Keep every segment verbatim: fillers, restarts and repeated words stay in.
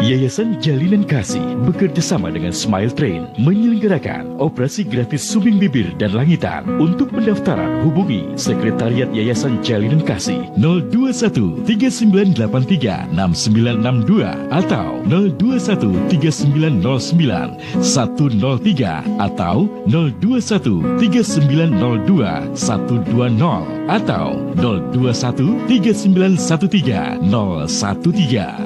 Yayasan Jalinan Kasih bekerja sama dengan Smile Train menyelenggarakan operasi gratis sumbing bibir dan langitan. Untuk pendaftaran hubungi Sekretariat Yayasan Jalinan Kasih nol dua satu tiga sembilan delapan tiga enam sembilan enam dua atau nol dua satu tiga sembilan nol sembilan satu nol tiga atau nol dua satu tiga sembilan nol dua satu dua nol atau nol dua satu tiga sembilan satu tiga nol satu tiga.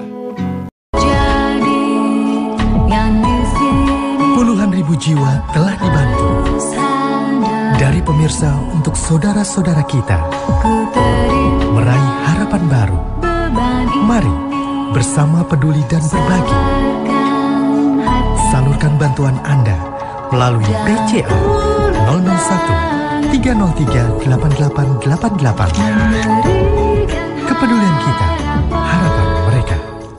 Puluhan ribu jiwa telah dibantu dari pemirsa untuk saudara-saudara kita meraih harapan baru. Mari bersama peduli dan berbagi. Salurkan bantuan Anda melalui P C A nol nol satu tiga nol tiga delapan delapan delapan delapan. Kepedulian kita, harapan mereka.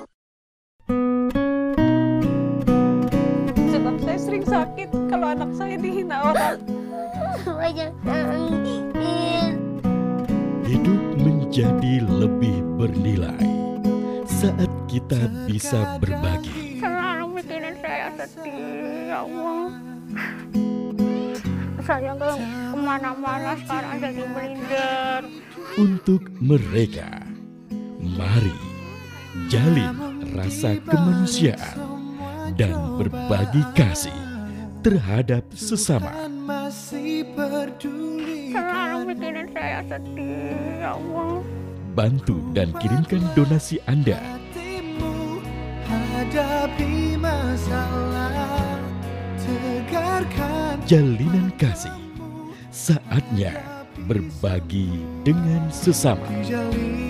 Sebab saya sering sakit kalau anak saya dihina orang. Hidup menjadi lebih bernilai saat kita bisa berbagi. Selalu mikirin saya sedih, ya Allah. Saya nggak kemana-mana sekarang jadi minder. Untuk mereka, mari jalin rasa kemanusiaan dan berbagi kasih terhadap sesama. Selalu mikirin saya sedih, ya Allah. Bantu dan kirimkan donasi Anda. Jalinan Kasih, saatnya berbagi dengan sesama.